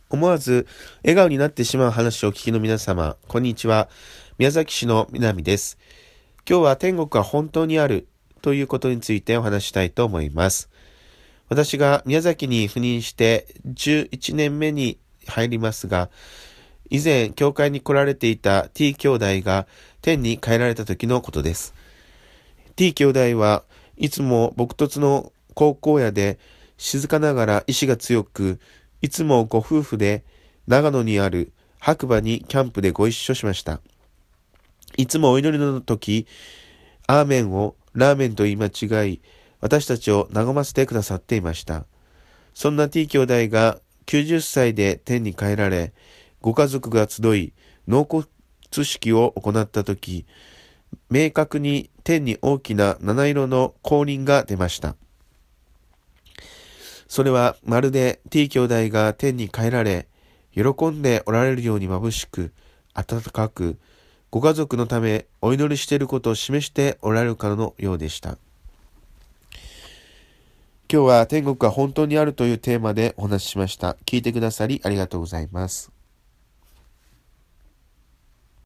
思わず笑顔になってしまう話をお聞きの皆様、こんにちは。宮崎市の南です。今日は天国は本当にあるということについてお話したいと思います。私が宮崎に赴任して11年目に入りますが、以前教会に来られていた T 兄弟が天に帰られた時のことです。T 兄弟はいつも朴訥の高校野で静かながら意志が強く、いつもご夫婦で長野にある白馬にキャンプでご一緒しました。いつもお祈りの時、アーメンをラーメンと言い間違い、私たちを和ませてくださっていました。そんな T 兄弟が90歳で天に帰られ、ご家族が集い、納骨式を行った時、明確に天に大きな七色の光輪が出ました。それはまるで T 兄弟が天に帰られ、喜んでおられるように眩しく、温かく、ご家族のためお祈りしていることを示しておられるかのようでした。今日は天国は本当にあるというテーマでお話ししました。聞いてくださりありがとうございます。